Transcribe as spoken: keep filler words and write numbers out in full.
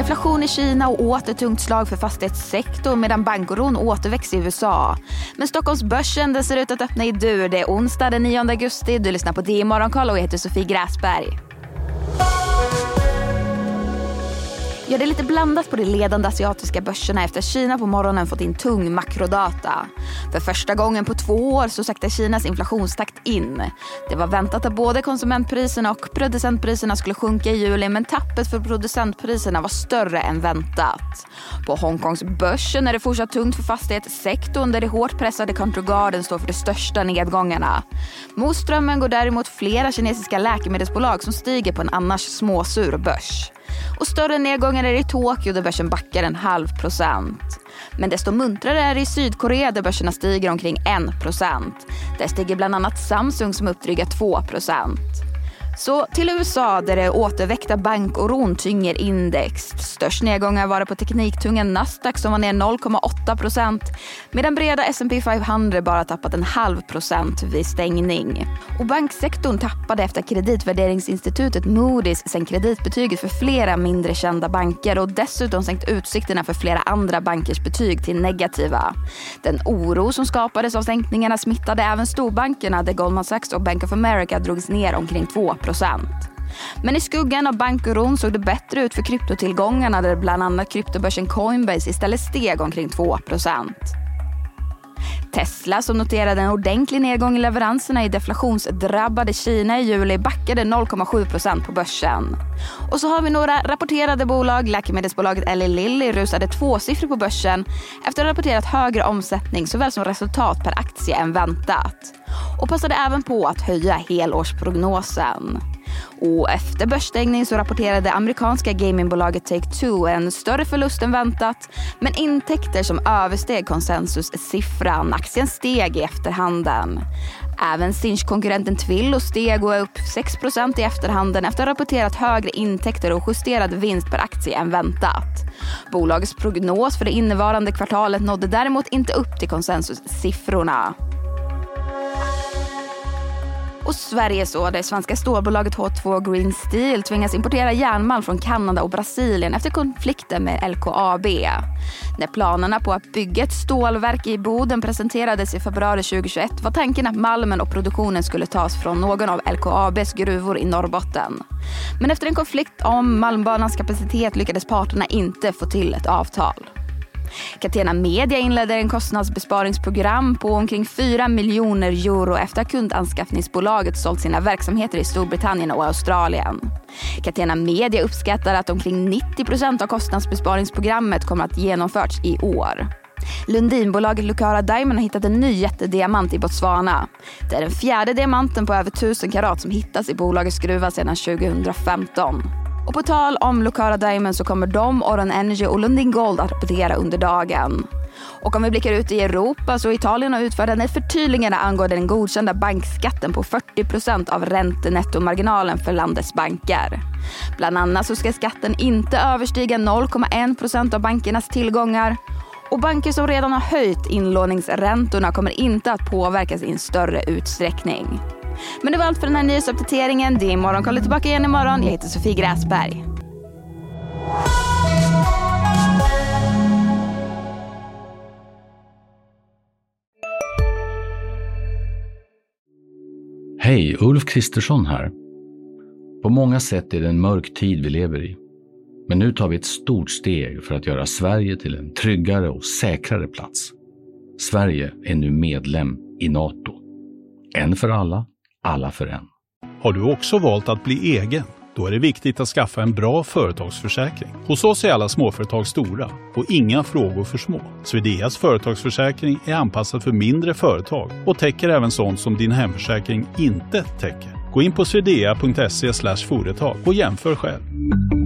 inflation i Kina och åter tungt slag för fastighetssektorn medan bankoron återväxer i U S A. Men Stockholmsbörsen den ser ut att öppna i dur. Det är onsdag den nionde augusti. Du lyssnar på D I Morgonkoll och jag heter Sofie Gräsberg. Ja, det är lite blandat på de ledande asiatiska börserna efter Kina på morgonen fått in tung makrodata. För första gången på två år så saktar Kinas inflationstakt in. Det var väntat att både konsumentpriserna och producentpriserna skulle sjunka i juli, men tappet för producentpriserna var större än väntat. På Hongkongs börsen är det fortsatt tungt för fastighetssektorn där det hårt pressade Country Garden står för de största nedgångarna. Mot strömmen går däremot flera kinesiska läkemedelsbolag som stiger på en annars småsur börs. Och större nedgångar är i Tokyo där börsen backar en halv procent. Men desto muntrare är det i Sydkorea där börserna stiger omkring en procent. Där stiger bland annat Samsung som upp dryga två procent. Så till U S A där det återväckta bankoron tynger index. Störst nedgångar var det på tekniktungan Nasdaq som var ner noll komma åtta procent. Medan breda S and P femhundra bara tappat en halv procent vid stängning. Och banksektorn tappade efter kreditvärderingsinstitutet Moody's sen kreditbetyget för flera mindre kända banker och dessutom sänkt utsikterna för flera andra bankers betyg till negativa. Den oro som skapades av sänkningarna smittade även storbankerna där Goldman Sachs och Bank of America drogs ner omkring två procent. Men i skuggan av bankoron såg det bättre ut för kryptotillgångarna där bland annat kryptobörsen Coinbase istället steg omkring två procent. Tesla som noterade en ordentlig nedgång i leveranserna i deflationsdrabbade Kina i juli backade noll komma sju procent på börsen. Och så har vi några rapporterade bolag. Läkemedelsbolaget Eli Lilly rusade tvåsiffrigt på börsen efter att ha rapporterat högre omsättning såväl som resultat per aktie än väntat. Och passade även på att höja helårsprognosen. Och efter börsstängning så rapporterade amerikanska gamingbolaget Take-Two en större förlust än väntat, men intäkter som översteg konsensussiffran. Aktien steg i efterhanden. Även Sinch-konkurrenten Twilio steg och är upp sex procent i efterhanden efter att ha rapporterat högre intäkter och justerad vinst per aktie än väntat. Bolagets prognos för det innevarande kvartalet nådde däremot inte upp till konsensussiffrorna. Och Sverige så, det svenska stålbolaget H två Green Steel tvingas importera järnmalm från Kanada och Brasilien efter konflikten med L K A B. När planerna på att bygga ett stålverk i Boden presenterades i februari tjugohundratjugoett var tanken att malmen och produktionen skulle tas från någon av L K A B:s gruvor i Norrbotten. Men efter en konflikt om malmbanans kapacitet lyckades parterna inte få till ett avtal. Catena Media inledde en kostnadsbesparingsprogram på omkring fyra miljoner euro efter att kundanskaffningsbolaget sålt sina verksamheter i Storbritannien och Australien. Catena Media uppskattar att omkring nittio procent av kostnadsbesparingsprogrammet kommer att genomförts i år. Lundinbolaget Lucara Diamond har hittat en ny jättediamant i Botswana. Det är den fjärde diamanten på över tusen karat som hittas i bolagets gruva sedan tjugohundrafemton. Och på tal om Lucara Diamond så kommer de, Oron Energy och Lundin Gold att rapportera under dagen. Och om vi blickar ut i Europa så Italien har utfärdat ett förtydligande angående den godkända bankskatten på fyrtio procent av räntenettomarginalen för landets banker. Bland annat så ska skatten inte överstiga noll komma en procent av bankernas tillgångar. Och banker som redan har höjt inlåningsräntorna kommer inte att påverkas i en större utsträckning. Men det var allt för den här nyhetsuppdateringen. Det är imorgon. Kolla tillbaka igen imorgon. Jag heter Sofie Gräsberg. Hej, Ulf Kristersson här. På många sätt är det en mörk tid vi lever i. Men nu tar vi ett stort steg för att göra Sverige till en tryggare och säkrare plats. Sverige är nu medlem i NATO. En för alla, alla för en. Har du också valt att bli egen? Då är det viktigt att skaffa en bra företagsförsäkring. Hos oss är alla småföretag stora och inga frågor för små. Swedeas företagsförsäkring är anpassad för mindre företag och täcker även sånt som din hemförsäkring inte täcker. Gå in på swedea punkt se slash företag och jämför själv.